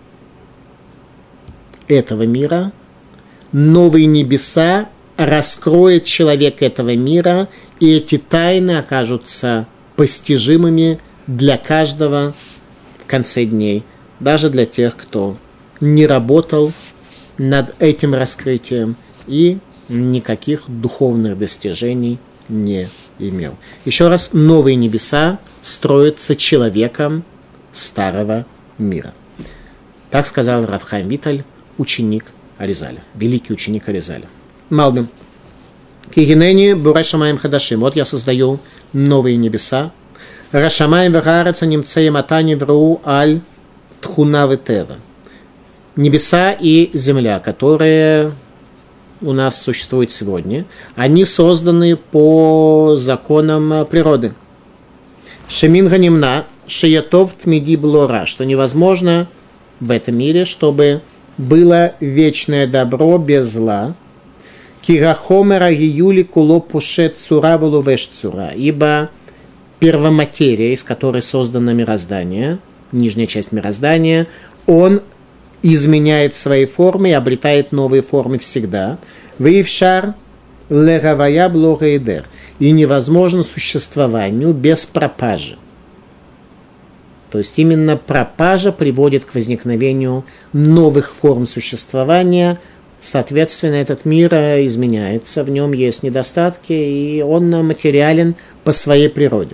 этого мира. Новые небеса раскроет человек этого мира, и эти тайны окажутся постижимыми для каждого в конце дней, даже для тех, кто не работал над этим раскрытием и никаких духовных достижений не имел. Еще раз, новые небеса строятся человеком старого мира. Так сказал Рав Хаим Виталь, ученик Аризаля, великий ученик Аризаля. Малбим. Кигинени буре шамаим хадашим. Вот я создаю новые небеса. Рашамаим вегараца немцеем атани вру аль тхуна ветева. Небеса и земля, которые у нас существуют сегодня, они созданы по законам природы. Шемин ганимна шеятов тмиди блора, что невозможно в этом мире, чтобы было вечное добро без зла. Кирахомера гиюли куло пушет цура вулувеш цура, ибо первоматерия, из которой создано мироздание, нижняя часть мироздания, он изменяет свои формы и обретает новые формы всегда. Вейвшар леравая блогейдер. И невозможно существованию без пропажи. То есть именно пропажа приводит к возникновению новых форм существования. Соответственно, этот мир изменяется, в нем есть недостатки, и он материален по своей природе.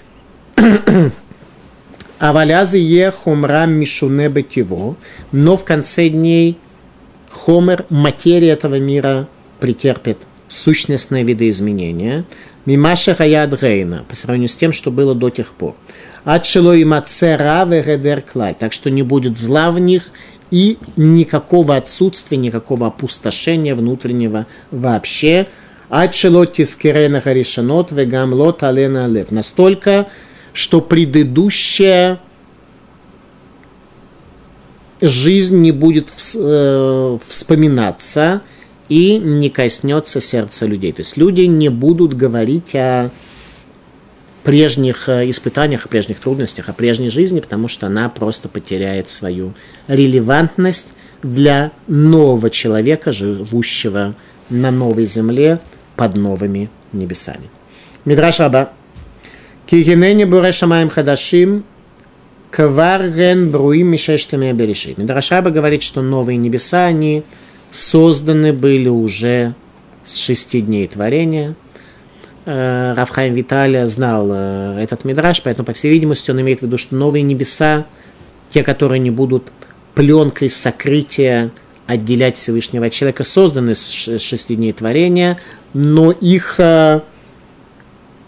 Авалязы е хомрам мишуне бетиво, но в конце дней хомер, материя этого мира, претерпит сущностные видоизменения. Мимаша хаяд гейна, по сравнению с тем, что было до тех пор. Атшило и мацера вегедер клаль, так что не будет зла в них и никакого отсутствия, никакого опустошения внутреннего вообще. Атшило тискерена харишанот вегамлот алена лев. Настолько, что предыдущая жизнь не будет вспоминаться и не коснется сердца людей. То есть люди не будут говорить о прежних испытаниях, о прежних трудностях, о прежней жизни, потому что она просто потеряет свою релевантность для нового человека, живущего на новой земле под новыми небесами. Мидраш Раба. Кигенени буре шамаим хадашим кварген бруим мишештами берешит. Мидраш Раба говорит, что новые небеса, они созданы были уже с шести дней творения. Рав Хаим Виталь знал этот мидраш, поэтому, по всей видимости, он имеет в виду, что новые небеса, те, которые не будут пленкой сокрытия отделять Всевышнего от человека, созданы с шести дней творения, но их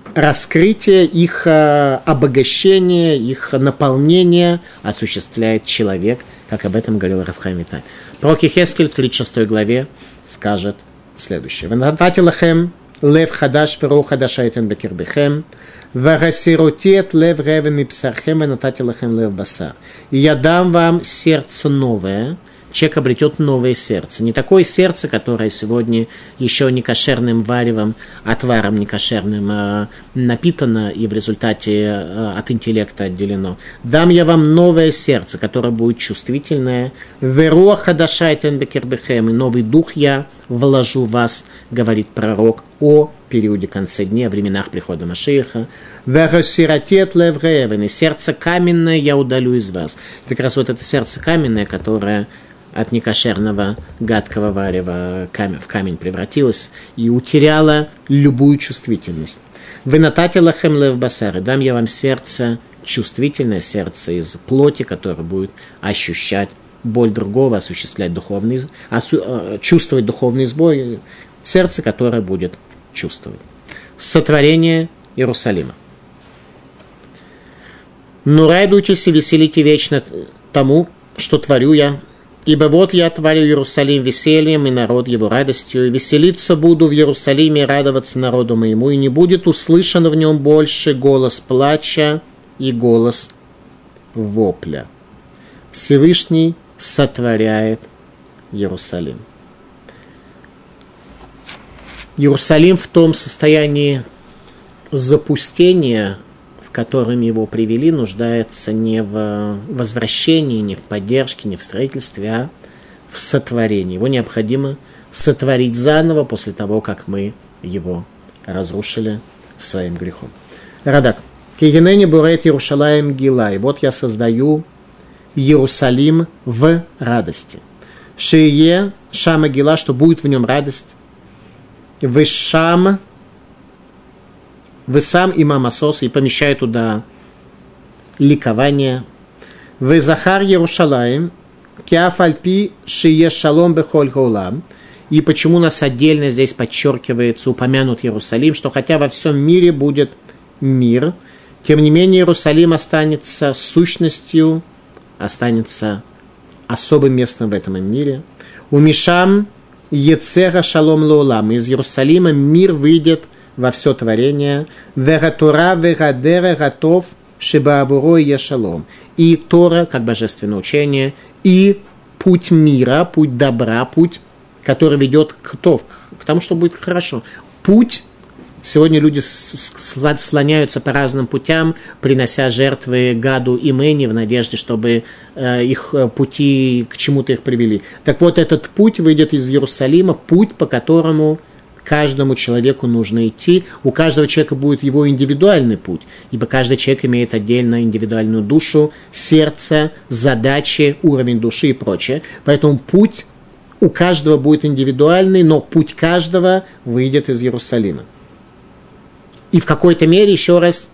раскрытие, их обогащение, их наполнение осуществляет человек, как об этом говорил Рав Хаим Виталь. Пророк Йехескель в тридцать шестой главе скажет следующее. «Венатати лахем лев хадаш веру хадаша итен бекирбехем, варасиротет лев ревен мипсархем, венатати лахем лев басар». И я дам вам сердце новое. Человек обретет новое сердце. Не такое сердце, которое сегодня еще не кошерным варевом, отваром некошерным э, напитано и в результате э, от интеллекта отделено. Дам я вам новое сердце, которое будет чувствительное. Веруа хадашайтен бекербехем, и новый дух я вложу в вас, говорит пророк о периоде конца дней, о временах прихода Машиаха. Веросиротет левревен, и сердце каменное я удалю из вас. Это как раз вот это сердце каменное, которое от некошерного гадкого варева в камень превратилась и утеряла любую чувствительность. Вы натати лахем лев басар, дам я вам сердце, чувствительное сердце из плоти, которое будет ощущать боль другого, осуществлять духовный, осу, чувствовать духовный сбой, сердце, которое будет чувствовать. Сотворение Иерусалима. Ну, радуйтесь и веселите вечно тому, что творю я. Ибо вот я творю Иерусалим весельем, и народ его радостью, и веселиться буду в Иерусалиме, и радоваться народу моему, и не будет услышан в нем больше голос плача и голос вопля. Всевышний сотворяет Иерусалим. Иерусалим в том состоянии запустения, в котором его привели, нуждается не в возвращении, не в поддержке, не в строительстве, а в сотворении. Его необходимо сотворить заново после того, как мы его разрушили своим грехом. Радак. Кигенени бурет Иерушалаем гила. И вот я создаю Иерусалим в радости. Шие шама гила, что будет в нем радость. Вышам Вы сам имам Асос, и помещаю туда ликование. Вы Захар Иерушалаим, киафальпи шие шалом бехоль гаулам. И почему нас отдельно здесь подчеркивается, упомянут Иерусалим, что хотя во всем мире будет мир, тем не менее Иерусалим останется сущностью, останется особым местом в этом мире. У Мишам ецера шалом лоулам. Из Иерусалима мир выйдет во все творение, вература верадера готов шибаавуро и шалом. И Тора, как божественное учение, и путь мира, путь добра, путь, который ведет к, то, к тому, что будет хорошо. Путь, сегодня люди слоняются по разным путям, принося жертвы Гаду и Мэни в надежде, чтобы э, их пути к чему-то их привели. Так вот, этот путь выйдет из Иерусалима, путь, по которому каждому человеку нужно идти, у каждого человека будет его индивидуальный путь, ибо каждый человек имеет отдельно индивидуальную душу, сердце, задачи, уровень души и прочее. Поэтому путь у каждого будет индивидуальный, но путь каждого выйдет из Иерусалима. И в какой-то мере, еще раз,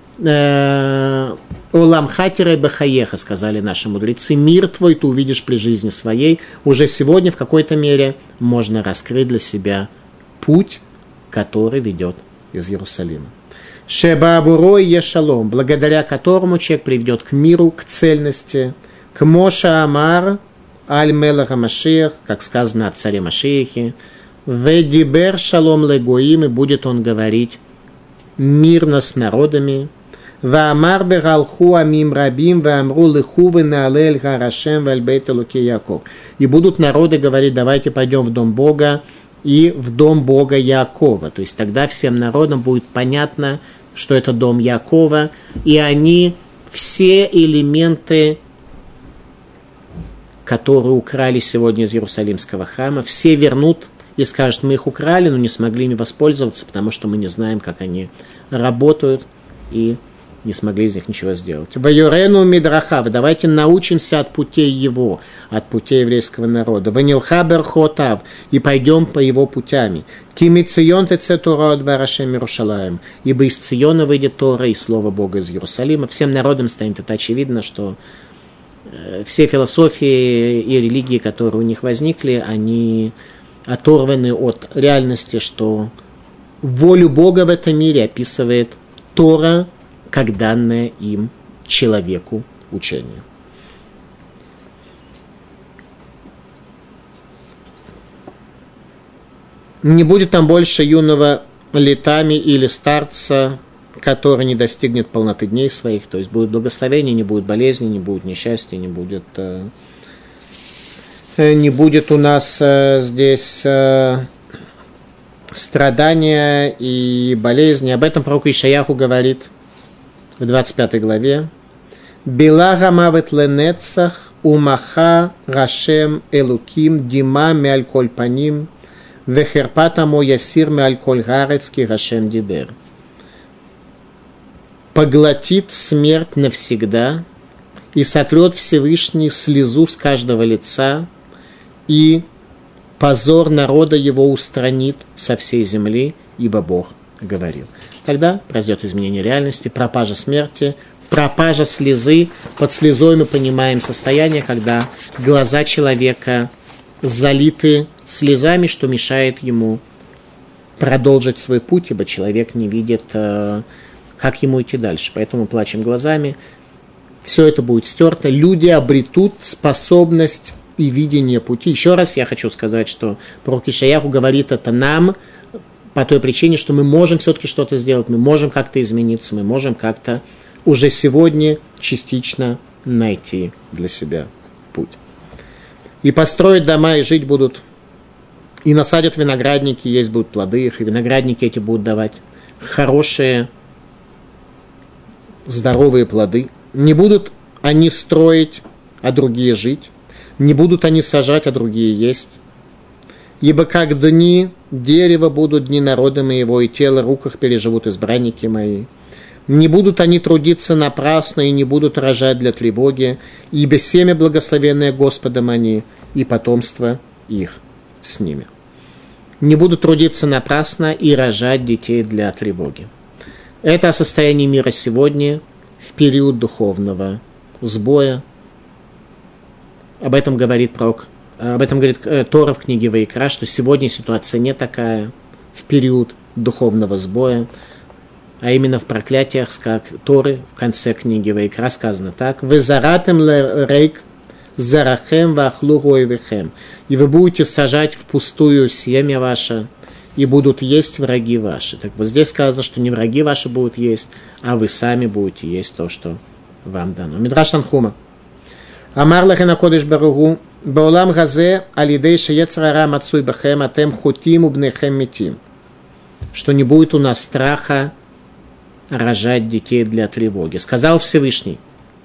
«Олам хатире бахаеха», сказали наши мудрецы, «Мир твой ты увидишь при жизни своей». Уже сегодня в какой-то мере можно раскрыть для себя путь, который ведет из Иерусалима. Шебаавуро и шалом, благодаря которому человек приведет к миру, к цельности, к Моша Амар, Аль-Мелаха Машиах, как сказано о царе Машиахе, Ведибер шалом легоим, и будет он говорить мирно с народами, Ваамар бералху амим рабим, ваамру лиху венаалель гарашем вальбейт элоки Яков. И будут народы говорить, давайте пойдем в дом Бога, и в дом Бога Яакова. То есть тогда всем народам будет понятно, что это дом Яакова, и они все элементы, которые украли сегодня из Иерусалимского храма, все вернут и скажут, мы их украли, но не смогли ими воспользоваться, потому что мы не знаем, как они работают, и не смогли из них ничего сделать. Вайорену мидрахав, давайте научимся от путей его, от путей еврейского народа. Ванилха берхотав, и пойдем по его путями. Кими цион теце Тора от варашем Иерушалаем, ибо из Циона выйдет Тора и Слово Бога из Иерусалима. Всем народам станет это очевидно, что все философии и религии, которые у них возникли, они оторваны от реальности, что волю Бога в этом мире описывает Тора, как данное им человеку учение. Не будет там больше юного летами или старца, который не достигнет полноты дней своих, то есть будет благословение, не будет болезни, не будет несчастья, не будет, э, не будет у нас э, здесь э, страдания и болезни. Об этом пророк Ишаяху говорит в двадцать пятой главе. «Била гамавет ленецах умаха рашем элуким дима меаль коль паним вехерпата мо ясир меаль коль гарец ки рашем дибер». Поглотит смерть навсегда и сотрет Всевышний слезу с каждого лица, и позор народа его устранит со всей земли, ибо Бог говорил. Тогда произойдет изменение реальности, пропажа смерти, пропажа слезы. Под слезой мы понимаем состояние, когда глаза человека залиты слезами, что мешает ему продолжить свой путь, ибо человек не видит, как ему идти дальше. Поэтому плачем глазами. Все это будет стерто. Люди обретут способность и видение пути. Еще раз я хочу сказать, что пророк Ишаяху говорит это нам по той причине, что мы можем все-таки что-то сделать, мы можем как-то измениться, мы можем как-то уже сегодня частично найти для себя путь. И построить дома, и жить будут, и насадят виноградники, есть будут плоды их, и виноградники эти будут давать хорошие, здоровые плоды. Не будут они строить, а другие жить. Не будут они сажать, а другие есть. Ибо как дни дерева будут дни народа моего, и тело рук их переживут избранники мои. Не будут они трудиться напрасно, и не будут рожать для тревоги, ибо семя благословенное Господом они, и потомство их с ними. Не будут трудиться напрасно и рожать детей для тревоги. Это о состоянии мира сегодня, в период духовного сбоя. Об этом говорит пророк, об этом говорит Тора в книге Ваикра, что сегодня ситуация не такая, в период духовного сбоя, а именно в проклятиях, как Торы в конце книги Ваикра сказано так: «Вы заратем рейк зарахем вахлу гойвехем», и вы будете сажать впустую семя ваше, и будут есть враги ваши. Так вот здесь сказано, что не враги ваши будут есть, а вы сами будете есть то, что вам дано. Мидраш Танхума. Амар лехен акодеш баругу баолам газе алидей шеецер ара мацуй бахем атем хотим убнехем метим. Что не будет у нас страха рожать детей для тревоги. Сказал Всевышний: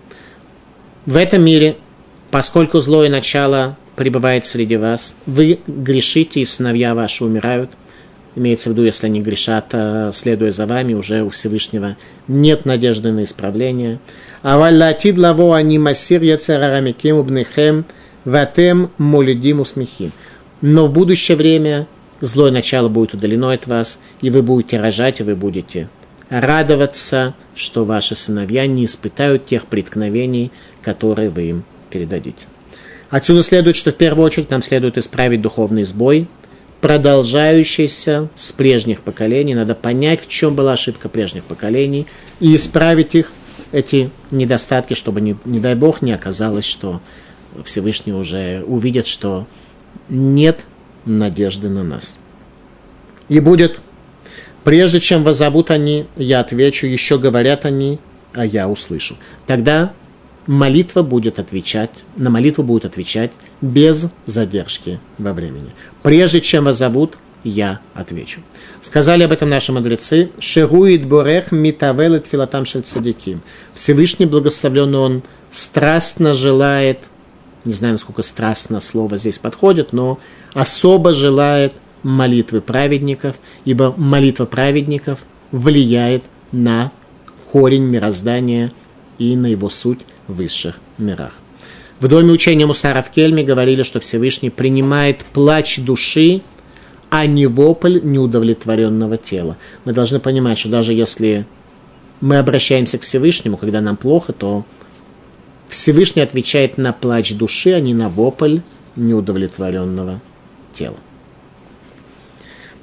в этом мире, поскольку злое начало пребывает среди вас, вы грешите, и сыновья ваши умирают. Имеется в виду, если они грешат, следуя за вами, уже у Всевышнего нет надежды на исправление. «Аваллатид лаво ани масир яцерарамиким убнехем ватем молидим усмехим». Но в будущее время злое начало будет удалено от вас, и вы будете рожать, и вы будете радоваться, что ваши сыновья не испытают тех преткновений, которые вы им передадите. Отсюда следует, что в первую очередь нам следует исправить духовный сбой, продолжающийся с прежних поколений. Надо понять, в чем была ошибка прежних поколений, и исправить их, эти недостатки, чтобы, не, не дай Бог, не оказалось, что Всевышний уже увидит, что нет надежды на нас. И будет: прежде чем вас зовут они, я отвечу, еще говорят они, а я услышу. Тогда молитва будет отвечать, на молитву будет отвечать без задержки во времени. Прежде чем вас зовут, я отвечу. Сказали об этом наши мудрецы: «Шеруит борех митавелет филатам шель цадиким». Всевышний благословленный, он страстно желает, не знаю, насколько страстно слово здесь подходит, но особо желает молитвы праведников, ибо молитва праведников влияет на корень мироздания и на его суть в высших мирах. В доме учения Мусара в Кельме говорили, что Всевышний принимает плач души, а не вопль неудовлетворенного тела. Мы должны понимать, что даже если мы обращаемся к Всевышнему, когда нам плохо, то Всевышний отвечает на плач души, а не на вопль неудовлетворенного тела.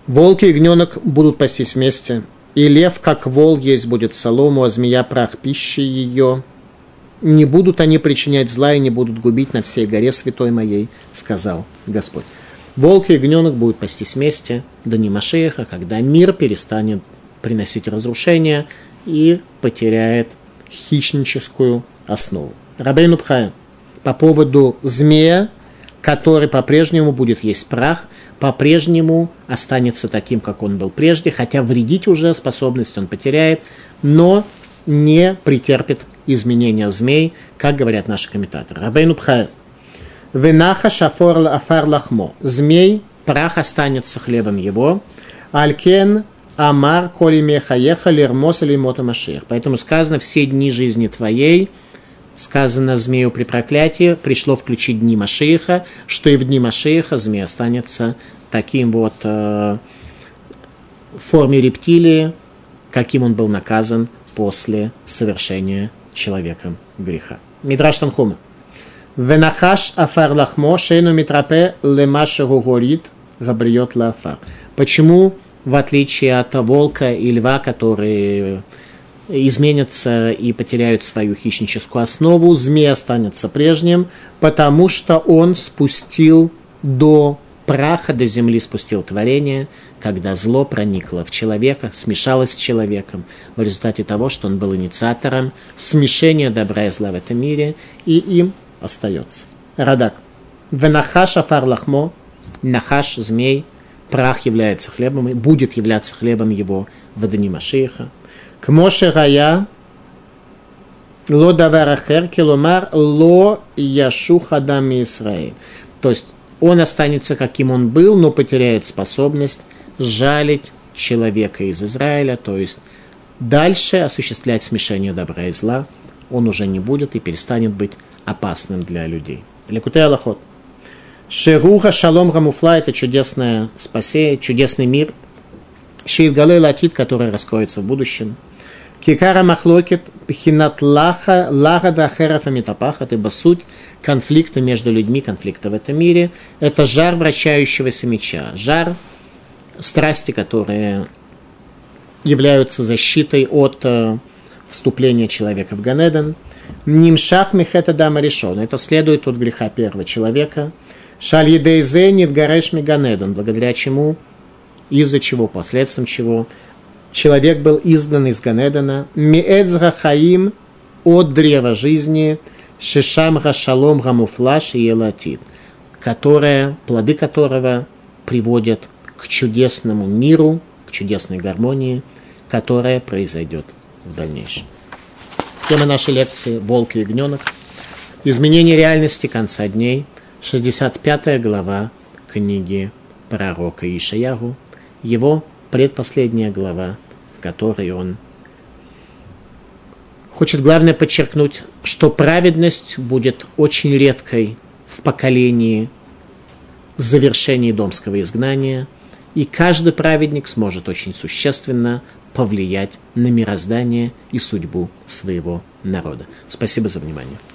Волк и ягненок будут пастись вместе, и лев, как вол, есть будет солому, а змея прах пищи ее. Не будут они причинять зла и не будут губить на всей горе святой моей, сказал Господь. Волк и ягненок будут пастись вместе до дни Машиаха, когда мир перестанет приносить разрушение и потеряет хищническую основу. Рабейну Бхая по поводу змея, который по-прежнему будет есть прах, по-прежнему останется таким, как он был прежде, хотя вредить уже способность он потеряет, но не претерпит изменения змей, как говорят наши комментаторы. Рабейну Бхая. Венаха шафор афар лахмо. Змей, прах останется хлебом его. Алькен амар коли мехаеха лермос или мота машиах. Поэтому сказано, все дни жизни твоей, сказано змею при проклятии, пришло включить дни Машиаха, что и в дни Машиаха змей останется таким вот э, в форме рептилии, каким он был наказан после совершения человеком греха. Мидраш Танхума. Венахаш афар лахмо шейну митрапе лемашеру горит габриот лафар. Почему, в отличие от волка и льва, которые изменятся и потеряют свою хищническую основу, змей останется прежним, потому что он спустил до праха, до земли спустил творение, когда зло проникло в человека, смешалось с человеком, в результате того, что он был инициатором смешения добра и зла в этом мире, и им остается. Радак. Венахаш афар лахмо, нахаш, змей, прах является хлебом, будет являться хлебом его в дни Машиаха. Кмоше рая ло давар ахер киломар ло яшух адам Исраэль. То есть он останется, каким он был, но потеряет способность жалить человека из Израиля, то есть дальше осуществлять смешение добра и зла он уже не будет и перестанет быть опасным для людей. Лекутей Алахот. Шеруха шалом рамуфла – это чудесное спасение, чудесный мир. Шеидгалей латит, который раскроется в будущем. Кикара махлокет пхинат лаха лагада херафа метапахат, ибо суть конфликта между людьми, конфликта в этом мире – это жар вращающегося меча, жар страсти, которые являются защитой от э, вступления человека в Ганеден. Нимшах михета дама решен. Это следует от греха первого человека. Шаль едейзе нидгареш миганеден, благодаря чему, из-за чего, последствием чего человек был изгнан из Ганедена. Миэцга хаим, от древа жизни, шишам гашалом гамуфлаш и елатит, которое, плоды которого приводят к чудесному миру, к чудесной гармонии, которая произойдет в дальнейшем. Тема нашей лекции «Волк и ягненок». Изменение реальности конца дней. шестьдесят пятая глава книги пророка Ишаяху. Его предпоследняя глава, в которой он хочет главное подчеркнуть, что праведность будет очень редкой в поколении завершения домского изгнания, и каждый праведник сможет очень существенно повлиять на мироздание и судьбу своего народа. Спасибо за внимание.